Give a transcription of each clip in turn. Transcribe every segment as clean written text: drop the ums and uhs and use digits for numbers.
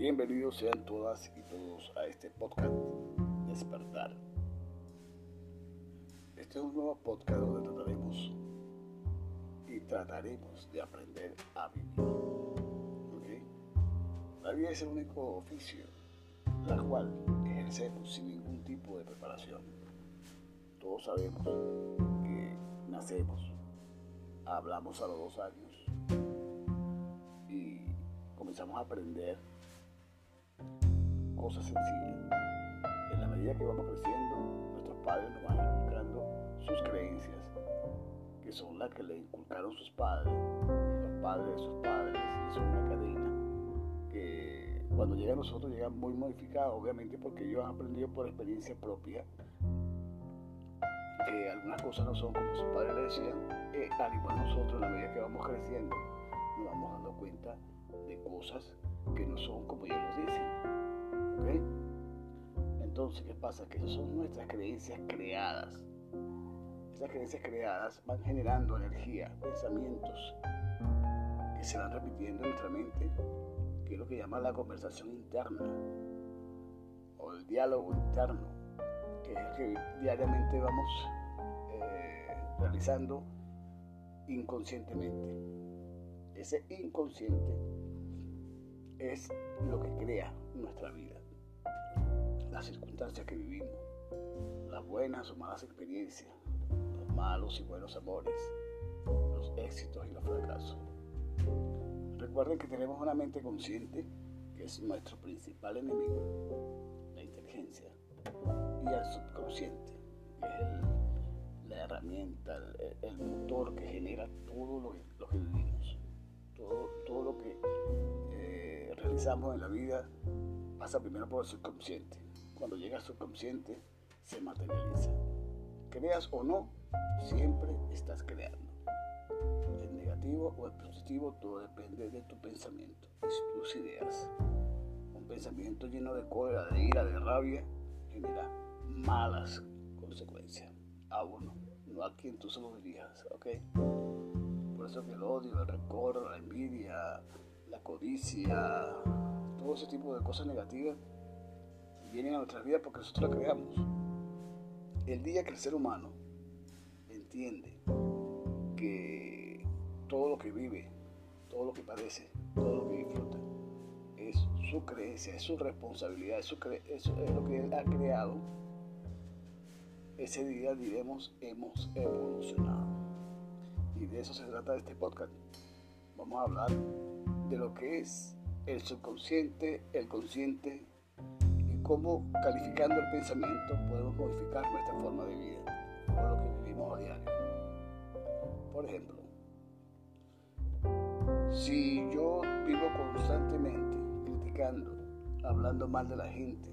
Bienvenidos sean todas y todos a este podcast Despertar. Este es un nuevo podcast donde trataremos de aprender a vivir. ¿Okay? La vida es el único oficio la cual ejercemos sin ningún tipo de preparación. Todos sabemos que nacemos, hablamos a los 2 años y comenzamos a aprender cosas sencillas. En la medida que vamos creciendo, nuestros padres nos van inculcando sus creencias, que son las que le inculcaron sus padres, y los padres de sus padres, y son una cadena que cuando llega a nosotros llega muy modificada, obviamente porque ellos han aprendido por experiencia propia que algunas cosas no son como sus padres le decían, al igual nosotros en la medida que vamos creciendo nos vamos dando cuenta de cosas que no son como ellos nos dicen. ¿Okay? Entonces, ¿qué pasa? Que esas son nuestras creencias creadas. Esas creencias creadas van generando energía, pensamientos que se van repitiendo en nuestra mente, que es lo que llaman la conversación interna o el diálogo interno, que es el que diariamente vamos realizando inconscientemente. Ese inconsciente es lo que crea nuestra vida, las circunstancias que vivimos, las buenas o malas experiencias, los malos y buenos amores, los éxitos y los fracasos. Recuerden que tenemos una mente consciente, que es nuestro principal enemigo, la inteligencia, y el subconsciente, que es la herramienta, el motor que genera todo lo que vivimos, todo lo que realizamos en la vida pasa primero por el subconsciente. Cuando llega al subconsciente se materializa. Creas o no, siempre estás creando. El negativo o el positivo, todo depende de tu pensamiento, de tus ideas. Un pensamiento lleno de cólera, de ira, de rabia genera malas consecuencias a uno, no a quien tú se lo dirijas, ¿ok? Por eso que el odio, el rencor, la envidia, la codicia, todo ese tipo de cosas negativas vienen a nuestras vidas porque nosotros las creamos. El día que el ser humano entiende que todo lo que vive, todo lo que padece, todo lo que disfruta es su creencia, es su responsabilidad, eso es lo que él ha creado, ese día diremos hemos evolucionado. Y de eso se trata de este podcast. Vamos a hablar de lo que es el subconsciente, el consciente, y cómo calificando el pensamiento podemos modificar nuestra forma de vida o lo que vivimos a diario. Por ejemplo, si yo vivo constantemente criticando, hablando mal de la gente,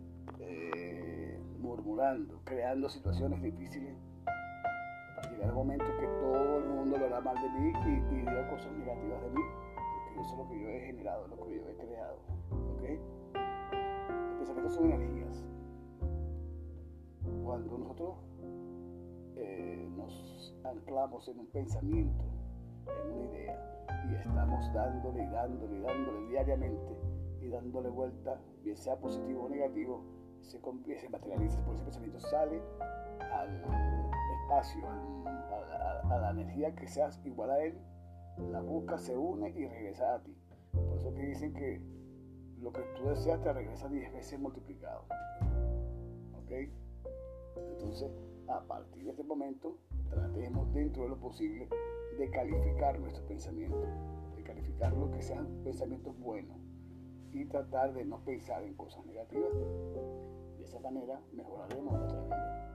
murmurando, creando situaciones difíciles, llegará un momento que todo el mundo hablará mal de mí y dirá cosas negativas de mí, porque eso es lo que yo he generado, lo que yo he creado. ¿Okay? Los pensamientos son energías. Cuando nosotros nos anclamos en un pensamiento, en una idea, y estamos dándole diariamente y dándole vuelta, bien sea positivo o negativo, se materializa, por ese pensamiento sale al espacio, a la energía que seas igual a él, la busca, se une y regresa a ti. Por eso que dicen que lo que tú deseas te regresa 10 veces multiplicado. ¿Ok? Entonces, a partir de este momento, tratemos dentro de lo posible de calificar nuestros pensamientos, de calificar lo que sean pensamientos buenos y tratar de no pensar en cosas negativas. De esa manera mejoraremos nuestra vida.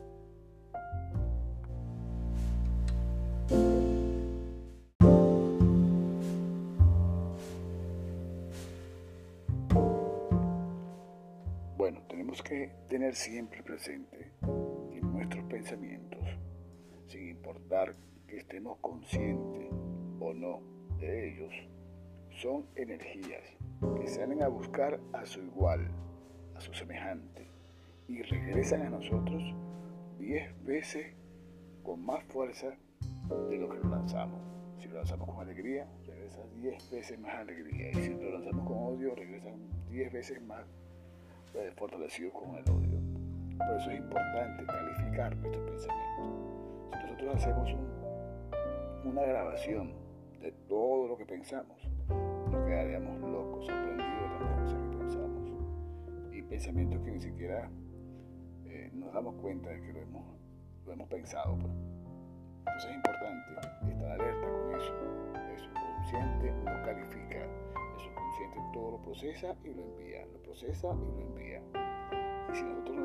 Bueno, tenemos que tener siempre presente que nuestros pensamientos, sin importar que estemos conscientes o no de ellos, son energías que salen a buscar a su igual, a su semejante, y regresan a nosotros 10 veces con más fuerza de lo que lo lanzamos. Si lo lanzamos con alegría, regresa 10 veces más alegría. Y si lo lanzamos con odio, regresan 10 veces más fortalecidos con el odio. Por eso es importante calificar nuestros pensamientos. Si nosotros hacemos una grabación de todo lo que pensamos, nos quedaríamos locos, sorprendidos de tantas cosas que pensamos. Y pensamientos que ni siquiera nos damos cuenta de que lo hemos pensado. Pues. Entonces es importante estar alerta con eso. El subconsciente lo califica, el subconsciente todo lo procesa y lo envía, lo procesa y lo envía. Y si nosotros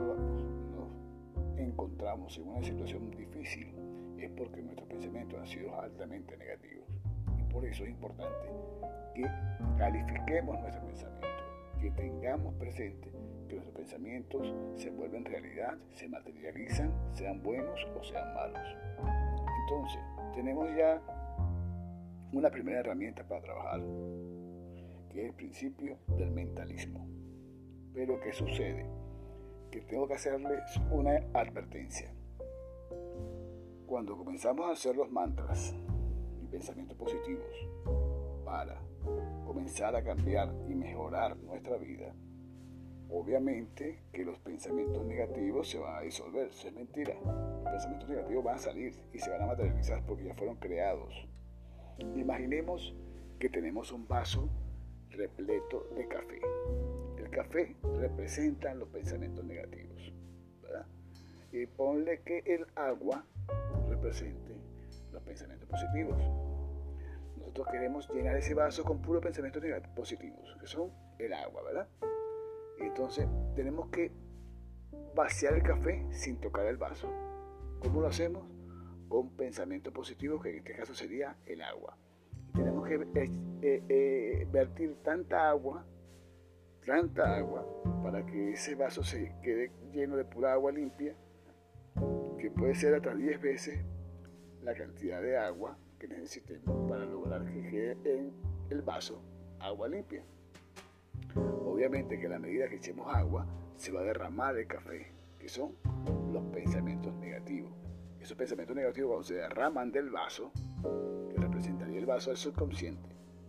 nos encontramos en una situación difícil, es porque nuestros pensamientos han sido altamente negativos. Y por eso es importante que califiquemos nuestros pensamientos, que tengamos presente que nuestros pensamientos se vuelven realidad, se materializan, sean buenos o sean malos. Entonces, tenemos ya una primera herramienta para trabajar, que es el principio del mentalismo. Pero ¿qué sucede? Que tengo que hacerles una advertencia. Cuando comenzamos a hacer los mantras y pensamientos positivos para comenzar a cambiar y mejorar nuestra vida, obviamente que los pensamientos negativos se van a disolver. Eso es mentira. Los pensamientos negativos van a salir y se van a materializar porque ya fueron creados. Imaginemos que tenemos un vaso repleto de café. El café representa los pensamientos negativos, ¿verdad? Y ponle que el agua represente los pensamientos positivos. Nosotros queremos llenar ese vaso con puros pensamientos positivos, que son el agua, ¿verdad? Entonces tenemos que vaciar el café sin tocar el vaso. ¿Cómo lo hacemos? Con pensamientos positivos, que en este caso sería el agua. Y tenemos que vertir tanta agua para que ese vaso se quede lleno de pura agua limpia, que puede ser hasta 10 veces la cantidad de agua que necesitemos para lograr que quede en el vaso agua limpia. Obviamente que a la medida que echemos agua se va a derramar el café, que son los pensamientos negativos. Esos pensamientos negativos, cuando se derraman del vaso, que representaría el vaso del subconsciente,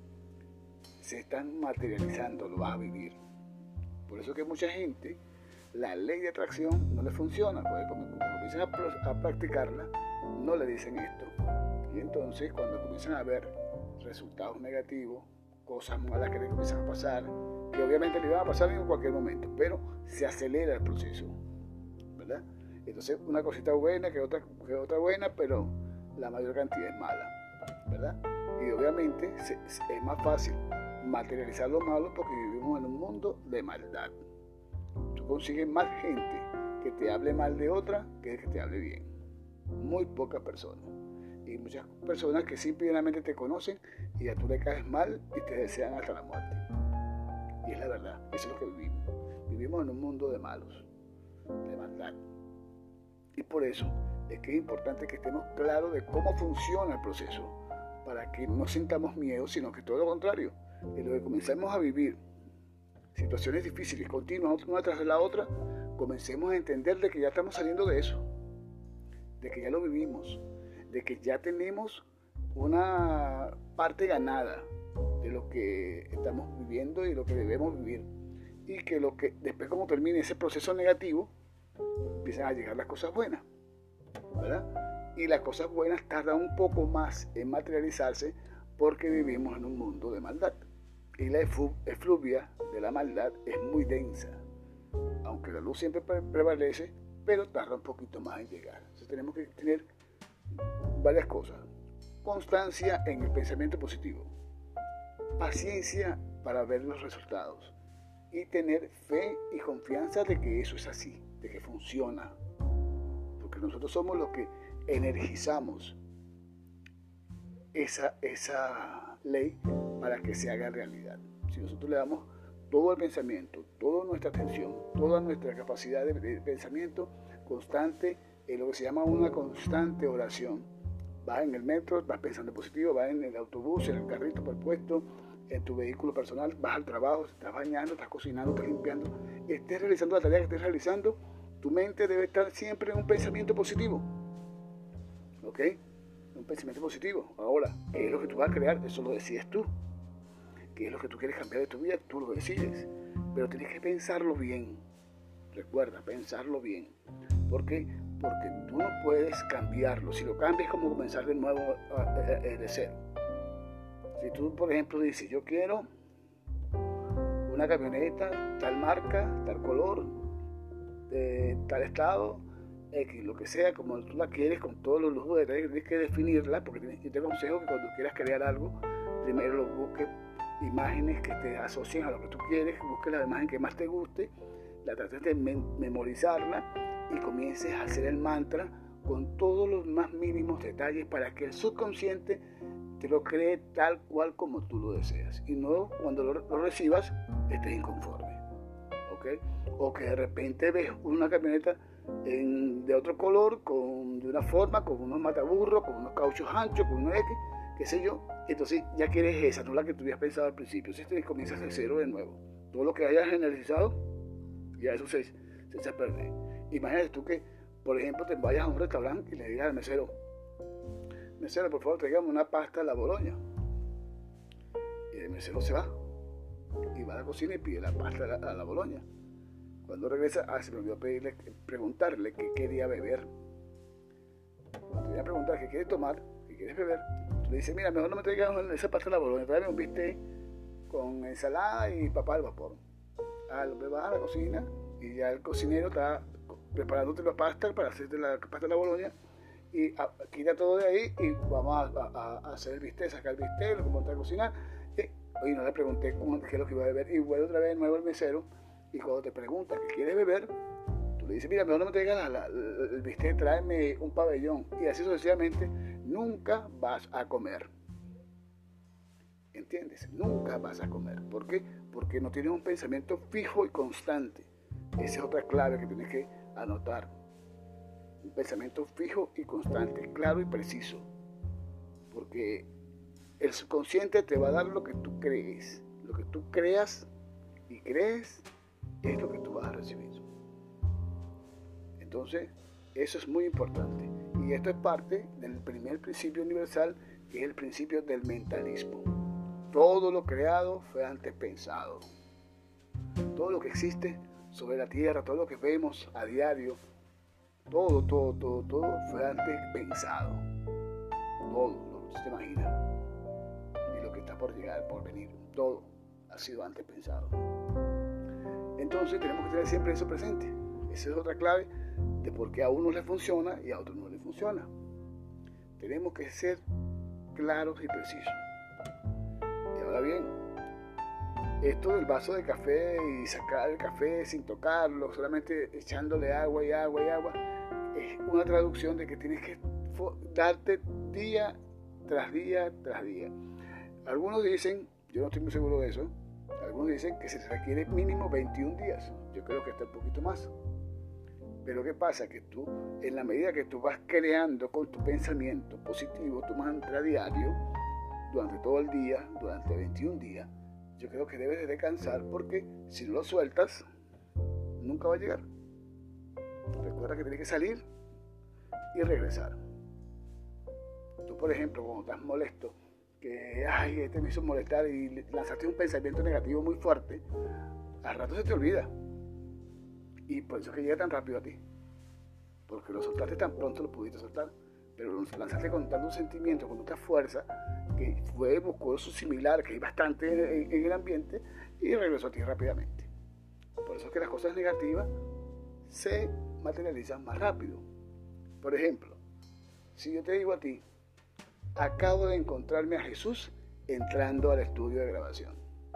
se están materializando, lo vas a vivir. Por eso que mucha gente, la ley de atracción no le funciona, porque cuando comienzan a practicarla, no le dicen esto. Y entonces cuando comienzan a ver resultados negativos, cosas malas que le comienzan a pasar, que obviamente le van a pasar en cualquier momento, pero se acelera el proceso, ¿verdad? Entonces una cosita buena que otra buena, pero la mayor cantidad es mala, ¿verdad? Y obviamente es más fácil materializar lo malo porque vivimos en un mundo de maldad. Tú consigues más gente que te hable mal de otra que te hable bien. Muy pocas personas. Y muchas personas que simplemente te conocen y a tú le caes mal y te desean hasta la muerte. Y es la verdad, eso es lo que vivimos. Vivimos en un mundo de malos, de maldad. Y por eso es que es importante que estemos claros de cómo funciona el proceso, para que no sintamos miedo, sino que todo lo contrario, que lo que comenzamos a vivir situaciones difíciles, continuas, una tras la otra, comencemos a entender de que ya estamos saliendo de eso, de que ya lo vivimos, de que ya tenemos una parte ganada de lo que estamos viviendo y lo que debemos vivir, y que después, como termine ese proceso negativo, empiezan a llegar las cosas buenas, ¿verdad? Y las cosas buenas tardan un poco más en materializarse porque vivimos en un mundo de maldad. Y la efluvia de la maldad es muy densa, aunque la luz siempre prevalece, pero tarda un poquito más en llegar. Entonces tenemos que tener varias cosas. Constancia en el pensamiento positivo, paciencia para ver los resultados y tener fe y confianza de que eso es así, de que funciona, porque nosotros somos los que energizamos esa ley para que se haga realidad. Si nosotros le damos todo el pensamiento, toda nuestra atención, toda nuestra capacidad de pensamiento constante, en lo que se llama una constante oración. Vas en el metro, vas pensando positivo, vas en el autobús, en el carrito por el puesto, en tu vehículo personal, vas al trabajo, estás bañando, estás cocinando, estás limpiando, estés realizando la tarea que estés realizando, tu mente debe estar siempre en un pensamiento positivo. ¿Ok? un pensamiento positivo. Ahora, ¿qué es lo que tú vas a crear? Eso lo decides tú. ¿Qué es lo que tú quieres cambiar de tu vida? Tú lo decides. Pero tienes que pensarlo bien. Recuerda, pensarlo bien. ¿Por qué? Porque tú no puedes cambiarlo. Si lo cambias es como comenzar de nuevo de cero. Si tú, por ejemplo, dices, yo quiero una camioneta, tal marca, tal color, de tal estado, X, lo que sea, como tú la quieres, con todos los lujos de detalles, tienes que definirla, porque yo te aconsejo que cuando quieras crear algo, primero lo busques imágenes que te asocien a lo que tú quieres, busques la imagen que más te guste, la trates de memorizarla y comiences a hacer el mantra con todos los más mínimos detalles para que el subconsciente te lo cree tal cual como tú lo deseas y no cuando lo recibas estés inconforme, ¿ok? O que de repente ves una camioneta de otro color, de una forma, con unos mataburros, con unos cauchos anchos, con un X, qué sé yo, entonces ya quieres esa, no la que tú habías pensado al principio. Si te comienzas de cero de nuevo, todo lo que hayas generalizado, ya eso se echa a perder. Imagínate tú que, por ejemplo, te vayas a un restaurante y le digas al mesero, por favor, tráigame una pasta a la Boloña. Y el mesero se va y va a la cocina y pide la pasta a la Boloña. Cuando regresa, se me olvidó preguntarle qué quería beber. Cuando te voy a preguntar qué quieres tomar, qué quieres beber, tú le dices, mira, mejor no me traigas esa pasta a la Boloña, tráeme un bistec con ensalada y papa al vapor. Lo vas a la cocina y ya el cocinero está preparándote la pasta para hacerte la pasta a la Boloña y quita todo de ahí y vamos a hacer el bistec, sacar el bistec, lo montar a cocinar. Y no le pregunté qué es lo que iba a beber y vuelve otra vez de nuevo el mesero y cuando te pregunta qué quieres beber, tú le dices, mira, mejor no me traigas el bistec, tráeme un pabellón y así sucesivamente. Nunca vas a comer. ¿Entiendes? Nunca vas a comer. ¿Por qué? Porque no tienes un pensamiento fijo y constante. Esa es otra clave que tienes que anotar. Un pensamiento fijo y constante, claro y preciso. Porque el subconsciente te va a dar lo que tú crees. Lo que tú creas y crees es lo que tú vas a recibir. Entonces, eso es muy importante. Y esto es parte del primer principio universal, que es el principio del mentalismo. Todo lo creado fue antes pensado. Todo lo que existe sobre la tierra, todo lo que vemos a diario, todo fue antes pensado. Todo lo que usted imagina y lo que está por llegar, por venir, todo ha sido antes pensado. Entonces tenemos que tener siempre eso presente. Esa es otra clave de por qué a uno le funciona y a otros no le funciona. Tenemos que ser claros y precisos. Y ahora bien, esto del vaso de café y sacar el café sin tocarlo, solamente echándole agua y agua y agua, es una traducción de que tienes que darte día tras día tras día. Algunos dicen, yo no estoy muy seguro de eso, algunos dicen que se requiere mínimo 21 días. Yo creo que está un poquito más. Pero ¿qué pasa? Que tú, en la medida que tú vas creando con tu pensamiento positivo, tu mantra diario, durante todo el día, durante 21 días, yo creo que debes de descansar porque si no lo sueltas, nunca va a llegar. Recuerda que tienes que salir y regresar. Tú, por ejemplo, cuando estás molesto, que este me hizo molestar y lanzaste un pensamiento negativo muy fuerte, al rato se te olvida. Y por eso es que llega tan rápido a ti. Porque lo soltaste tan pronto, lo pudiste soltar, pero lo lanzaste con tanto sentimiento, con tanta fuerza, que buscó eso similar, que hay bastante en el ambiente, y regresó a ti rápidamente. Por eso es que las cosas negativas se materializan más rápido. Por ejemplo, si yo te digo a ti, acabo de encontrarme a Jesús entrando al estudio de grabación,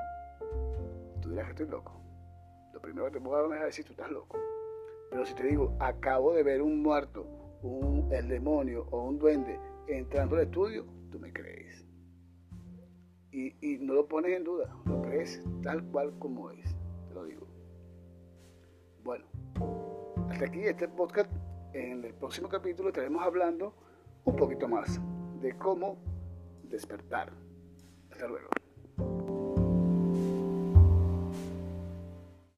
tú dirás que estoy loco. Lo primero que te puedo dar es decir, tú estás loco. Pero si te digo, acabo de ver un muerto, el demonio o un duende entrando al estudio, tú me crees. Y no lo pones en duda, lo crees tal cual como es, te lo digo. Bueno, hasta aquí este podcast. En el próximo capítulo estaremos hablando un poquito más de cómo despertar. Hasta luego.